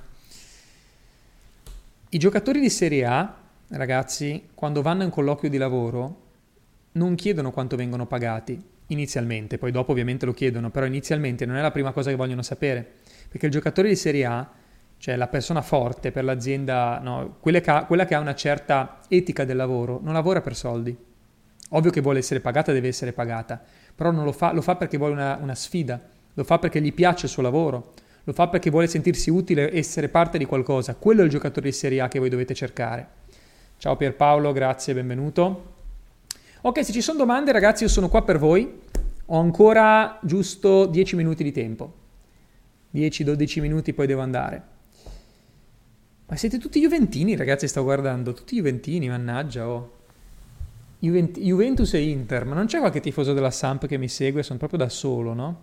I giocatori di Serie A, ragazzi, quando vanno in colloquio di lavoro, non chiedono quanto vengono pagati, inizialmente, poi dopo ovviamente lo chiedono, però inizialmente non è la prima cosa che vogliono sapere. Perché il giocatore di Serie A, cioè la persona forte per l'azienda, no, quella, che ha, quella che ha una certa etica del lavoro, non lavora per soldi. Ovvio che vuole essere pagata, deve essere pagata, però non lo fa, lo fa perché vuole una, una sfida, lo fa perché gli piace il suo lavoro, lo fa perché vuole sentirsi utile, essere parte di qualcosa. Quello è il giocatore di Serie A che voi dovete cercare. Ciao Pierpaolo, grazie, benvenuto. Ok, se ci sono domande ragazzi io sono qua per voi, ho ancora giusto dieci minuti di tempo. dieci dodici minuti poi devo andare. Ma siete tutti juventini ragazzi, sto guardando, tutti juventini, mannaggia, oh. Juvent- Juventus e Inter, ma non c'è qualche tifoso della Samp che mi segue? Sono proprio da solo, no?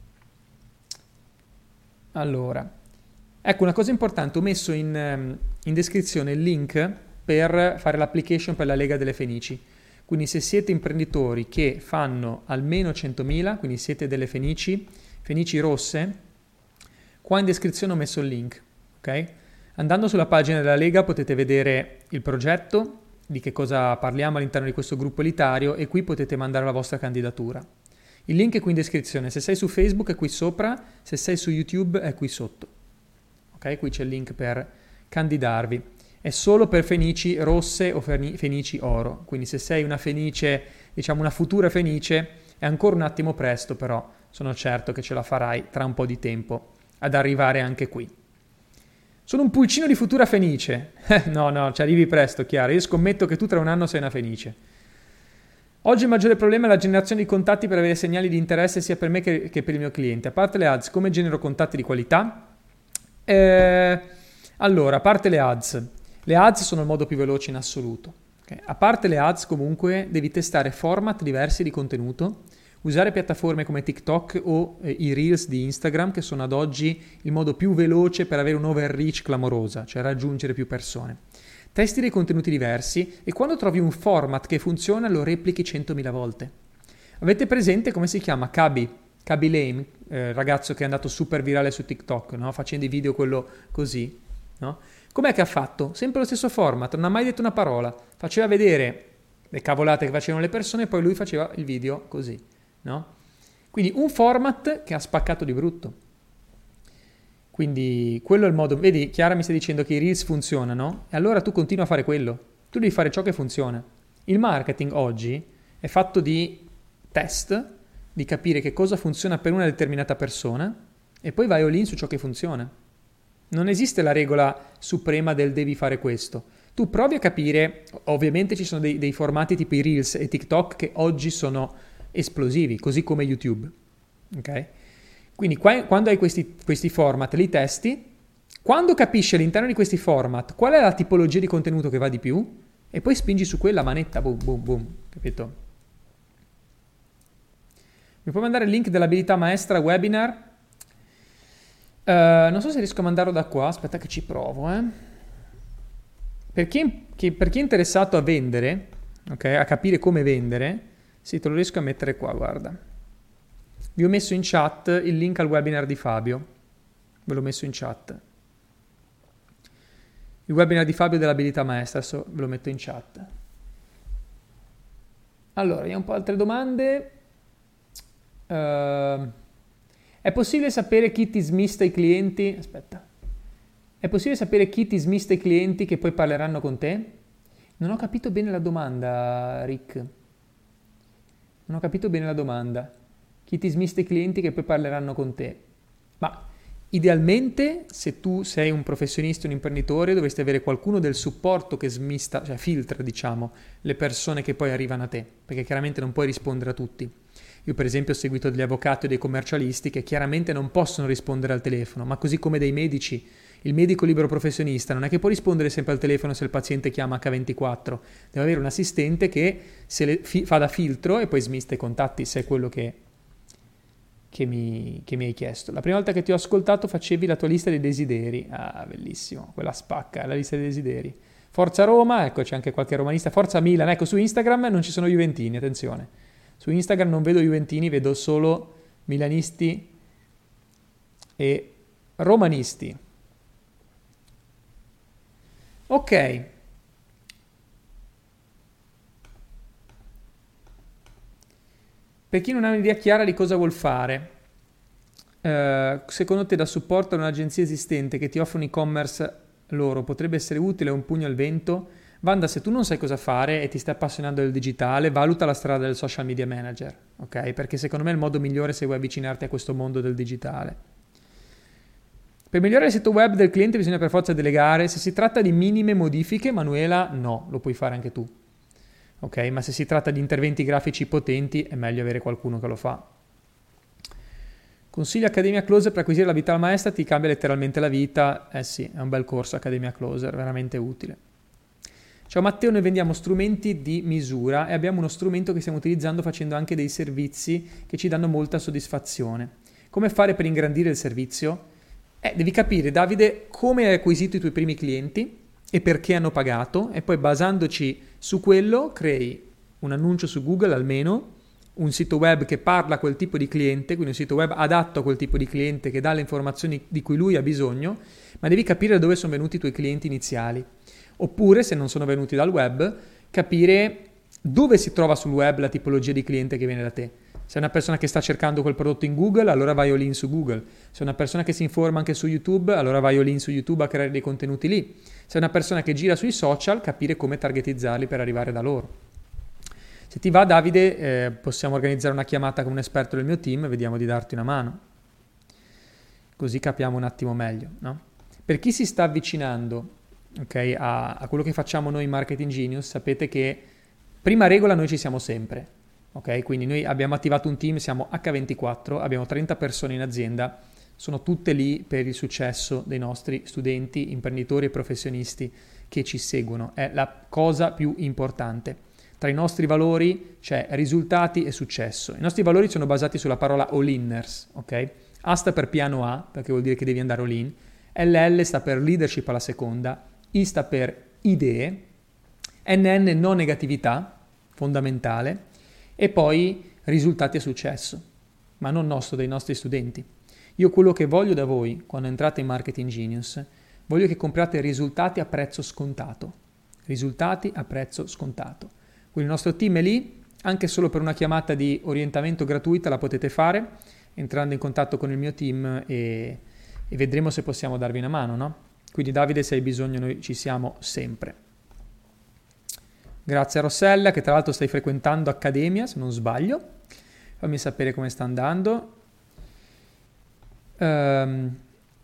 Allora, ecco una cosa importante, ho messo in, in descrizione il link per fare l'application per la Lega delle Fenici. Quindi se siete imprenditori che fanno almeno centomila, quindi siete delle Fenici, Fenici rosse, qua in descrizione ho messo il link, ok? Andando sulla pagina della Lega potete vedere il progetto, di che cosa parliamo all'interno di questo gruppo elitario e qui potete mandare la vostra candidatura. Il link è qui in descrizione, se sei su Facebook è qui sopra, se sei su YouTube è qui sotto. Ok, qui c'è il link per candidarvi. È solo per fenici rosse o fenici oro, quindi se sei una fenice, diciamo una futura fenice, è ancora un attimo presto, però sono certo che ce la farai tra un po' di tempo ad arrivare anche qui. Sono un pulcino di futura fenice. no, no, ci arrivi presto, chiaro. Io scommetto che tu tra un anno sei una fenice. Oggi il maggiore problema è la generazione di contatti per avere segnali di interesse sia per me che, che per il mio cliente. A parte le ads, come genero contatti di qualità? Eh, allora, a parte le ads, le ads sono il modo più veloce in assoluto. Okay? A parte le ads, comunque, devi testare format diversi di contenuto, usare piattaforme come TikTok o eh, i Reels di Instagram, che sono ad oggi il modo più veloce per avere un overreach clamorosa, cioè raggiungere più persone. Testi dei contenuti diversi e quando trovi un format che funziona lo replichi centomila volte. Avete presente come si chiama Kaby? Kaby Lame, eh, ragazzo che è andato super virale su TikTok, no? Facendo i video quello così, no? Com'è che ha fatto? Sempre lo stesso format, non ha mai detto una parola. Faceva vedere le cavolate che facevano le persone e poi lui faceva il video così, no? Quindi un format che ha spaccato di brutto. Quindi quello è il modo. Vedi, Chiara mi sta dicendo che i Reels funzionano e allora tu continua a fare quello. Tu devi fare ciò che funziona. Il marketing oggi è fatto di test, di capire che cosa funziona per una determinata persona e poi vai all in su ciò che funziona. Non esiste la regola suprema del devi fare questo. Tu provi a capire, ovviamente ci sono dei, dei formati tipo i Reels e TikTok che oggi sono esplosivi, così come YouTube. Ok? Quindi qua, quando hai questi, questi format, li testi, quando capisci all'interno di questi format qual è la tipologia di contenuto che va di più, e poi spingi su quella manetta, boom, boom, boom, capito? Mi puoi mandare il link dell'abilità maestra webinar? Uh, non so se riesco a mandarlo da qua, aspetta che ci provo, eh. Per chi, chi, per chi è interessato a vendere, ok, a capire come vendere, sì, te lo riesco a mettere qua, guarda. Vi ho messo in chat il link al webinar di Fabio, ve l'ho messo in chat. Il webinar di Fabio dell'abilità maestra, adesso ve lo metto in chat. Allora, vediamo un po' altre domande. Uh, è possibile sapere chi ti smista i clienti? Aspetta. È possibile sapere chi ti smista i clienti che poi parleranno con te? Non ho capito bene la domanda, Rick. Non ho capito bene la domanda. Chi ti smista i clienti che poi parleranno con te? Ma idealmente, se tu sei un professionista, un imprenditore, dovresti avere qualcuno del supporto che smista, cioè filtra, diciamo, le persone che poi arrivano a te, perché chiaramente non puoi rispondere a tutti. Io per esempio ho seguito degli avvocati o dei commercialisti che chiaramente non possono rispondere al telefono, ma così come dei medici. Il medico libero professionista non è che può rispondere sempre al telefono se il paziente chiama acca ventiquattro, deve avere un assistente che se le fi- fa da filtro e poi smista i contatti, se è quello che... Che mi, che mi hai chiesto. La prima volta che ti ho ascoltato facevi la tua lista dei desideri. Ah, bellissimo, quella spacca, la lista dei desideri. Forza Roma, ecco c'è anche qualche romanista. Forza Milan, ecco su Instagram non ci sono juventini, attenzione. Su Instagram non vedo juventini, vedo solo milanisti e romanisti. Ok. Per chi non ha un'idea chiara di cosa vuol fare, eh, secondo te da supporto a un'agenzia esistente che ti offre un e-commerce loro potrebbe essere utile un pugno al vento? Vanda, se tu non sai cosa fare e ti stai appassionando del digitale, valuta la strada del social media manager, ok? Perché secondo me è il modo migliore se vuoi avvicinarti a questo mondo del digitale. Per migliorare il sito web del cliente bisogna per forza delegare. Se si tratta di minime modifiche, Manuela, no, lo puoi fare anche tu. Ok, ma se si tratta di interventi grafici potenti è meglio avere qualcuno che lo fa. Consiglio Accademia Closer per acquisire la vita maestra, ti cambia letteralmente la vita. Eh sì, è un bel corso Accademia Closer, veramente utile. Ciao Matteo, noi vendiamo strumenti di misura e abbiamo uno strumento che stiamo utilizzando facendo anche dei servizi che ci danno molta soddisfazione. Come fare per ingrandire il servizio? Eh, devi capire, Davide, come hai acquisito i tuoi primi clienti e perché hanno pagato, e poi basandoci su quello crei un annuncio su Google almeno, un sito web che parla a quel tipo di cliente, quindi un sito web adatto a quel tipo di cliente che dà le informazioni di cui lui ha bisogno, ma devi capire da dove sono venuti i tuoi clienti iniziali. Oppure, se non sono venuti dal web, capire dove si trova sul web la tipologia di cliente che viene da te. Se è una persona che sta cercando quel prodotto in Google, allora vai all in su Google. Se è una persona che si informa anche su YouTube, allora vai all in su YouTube a creare dei contenuti lì. Se è una persona che gira sui social, capire come targetizzarli per arrivare da loro. Se ti va, Davide, eh, possiamo organizzare una chiamata con un esperto del mio team e vediamo di darti una mano. Così capiamo un attimo meglio, no? Per chi si sta avvicinando, okay, a, a quello che facciamo noi in Marketing Genius, sapete che prima regola noi ci siamo sempre. Ok, quindi noi abbiamo attivato un team, siamo acca ventiquattro, abbiamo trenta persone in azienda, sono tutte lì per il successo dei nostri studenti, imprenditori e professionisti che ci seguono. È la cosa più importante. Tra i nostri valori c'è risultati e successo. I nostri valori sono basati sulla parola all-inners, ok? A sta per piano A, perché vuol dire che devi andare all-in. L L sta per leadership alla seconda, I sta per idee, N N non negatività, fondamentale, e poi risultati e successo, ma non nostro, dei nostri studenti. Io quello che voglio da voi quando entrate in Marketing Genius, voglio che compriate risultati a prezzo scontato. Risultati a prezzo scontato. Quindi il nostro team è lì, anche solo per una chiamata di orientamento gratuita la potete fare, entrando in contatto con il mio team e, e vedremo se possiamo darvi una mano, no? Quindi Davide, se hai bisogno noi ci siamo sempre. Grazie a Rossella, che tra l'altro stai frequentando Accademia, se non sbaglio. Fammi sapere come sta andando. Um,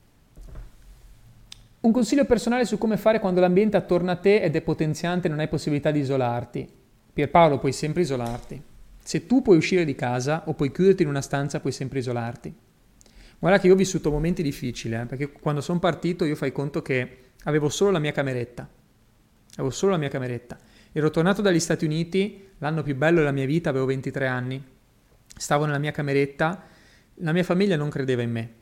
un consiglio personale su come fare quando l'ambiente attorno a te è depotenziante e non hai possibilità di isolarti. Pierpaolo, puoi sempre isolarti. Se tu puoi uscire di casa o puoi chiuderti in una stanza, puoi sempre isolarti. Guarda che io ho vissuto momenti difficili, eh, perché quando sono partito io fai conto che avevo solo la mia cameretta. Avevo solo la mia cameretta. Ero tornato dagli Stati Uniti, l'anno più bello della mia vita, avevo ventitré anni. Stavo nella mia cameretta, la mia famiglia non credeva in me.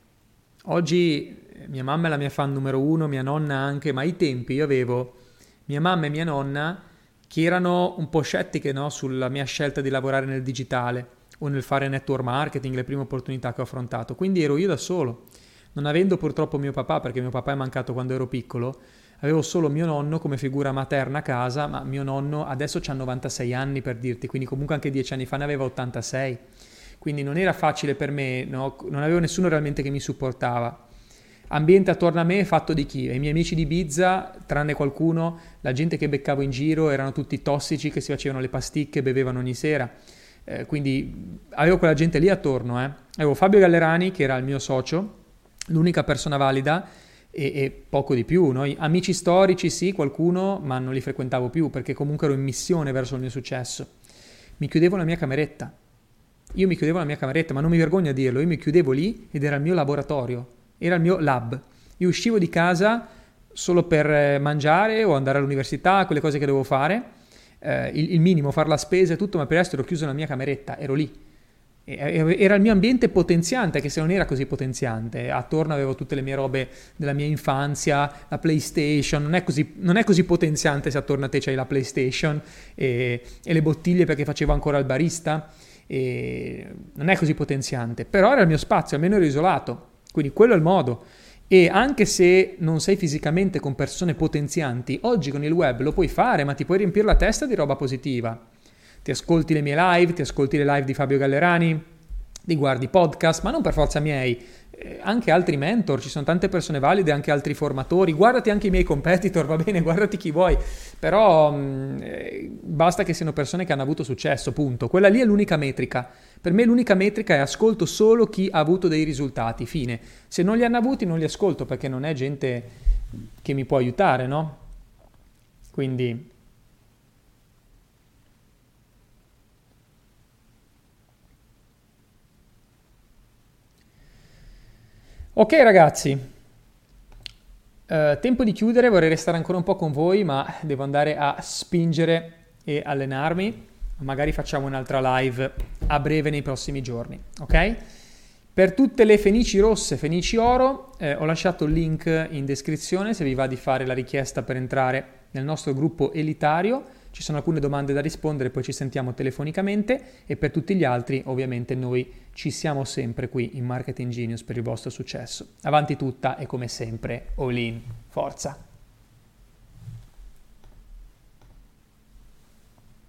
Oggi mia mamma è la mia fan numero uno, mia nonna anche, ma ai tempi io avevo mia mamma e mia nonna che erano un po' scettiche, no, sulla mia scelta di lavorare nel digitale o nel fare network marketing, le prime opportunità che ho affrontato. Quindi ero io da solo. Non avendo purtroppo mio papà, perché mio papà è mancato quando ero piccolo, avevo solo mio nonno come figura materna a casa, ma mio nonno adesso c'ha novantasei anni, per dirti, quindi comunque anche dieci anni fa ne aveva ottantasei. Quindi non era facile per me, no? Non avevo nessuno realmente che mi supportava. Ambiente attorno a me fatto di chi? I miei amici di Ibiza, tranne qualcuno, la gente che beccavo in giro erano tutti tossici che si facevano le pasticche, bevevano ogni sera. Eh, quindi avevo quella gente lì attorno. Eh. Avevo Fabio Gallerani, che era il mio socio, l'unica persona valida, e, e poco di più. No? Amici storici sì, qualcuno, ma non li frequentavo più perché comunque ero in missione verso il mio successo. Mi chiudevo nella mia cameretta. Io mi chiudevo nella mia cameretta, ma non mi vergogno a dirlo, io mi chiudevo lì ed era il mio laboratorio. Era il mio lab. Io uscivo di casa solo per mangiare o andare all'università, quelle cose che dovevo fare, eh, il, il minimo, fare la spesa e tutto, ma per il resto ero chiuso nella mia cameretta, ero lì. E, era il mio ambiente potenziante, che se non era così potenziante. Attorno avevo tutte le mie robe della mia infanzia, la PlayStation, non è così, non è così potenziante se attorno a te c'hai la PlayStation e, e le bottiglie perché facevo ancora il barista, e non è così potenziante, però era il mio spazio, almeno ero isolato. Quindi quello è il modo. E anche se non sei fisicamente con persone potenzianti, oggi con il web lo puoi fare, ma ti puoi riempire la testa di roba positiva. Ti ascolti le mie live, ti ascolti le live di Fabio Gallerani, ti guardi podcast, ma non per forza miei, eh, anche altri mentor, ci sono tante persone valide, anche altri formatori, guardati anche i miei competitor, va bene, guardati chi vuoi, però mh, eh, basta che siano persone che hanno avuto successo, punto. Quella lì è l'unica metrica. Per me l'unica metrica è ascolto solo chi ha avuto dei risultati, fine. Se non li hanno avuti non li ascolto perché non è gente che mi può aiutare, no? Quindi... Ok ragazzi, uh, tempo di chiudere, vorrei restare ancora un po' con voi, ma devo andare a spingere e allenarmi. Magari facciamo un'altra live a breve nei prossimi giorni, ok? Per tutte le Fenici rosse, Fenici oro, eh, ho lasciato il link in descrizione se vi va di fare la richiesta per entrare nel nostro gruppo elitario. Ci sono alcune domande da rispondere, poi ci sentiamo telefonicamente, e per tutti gli altri ovviamente noi ci siamo sempre qui in Marketing Genius per il vostro successo. Avanti tutta e come sempre all in, forza!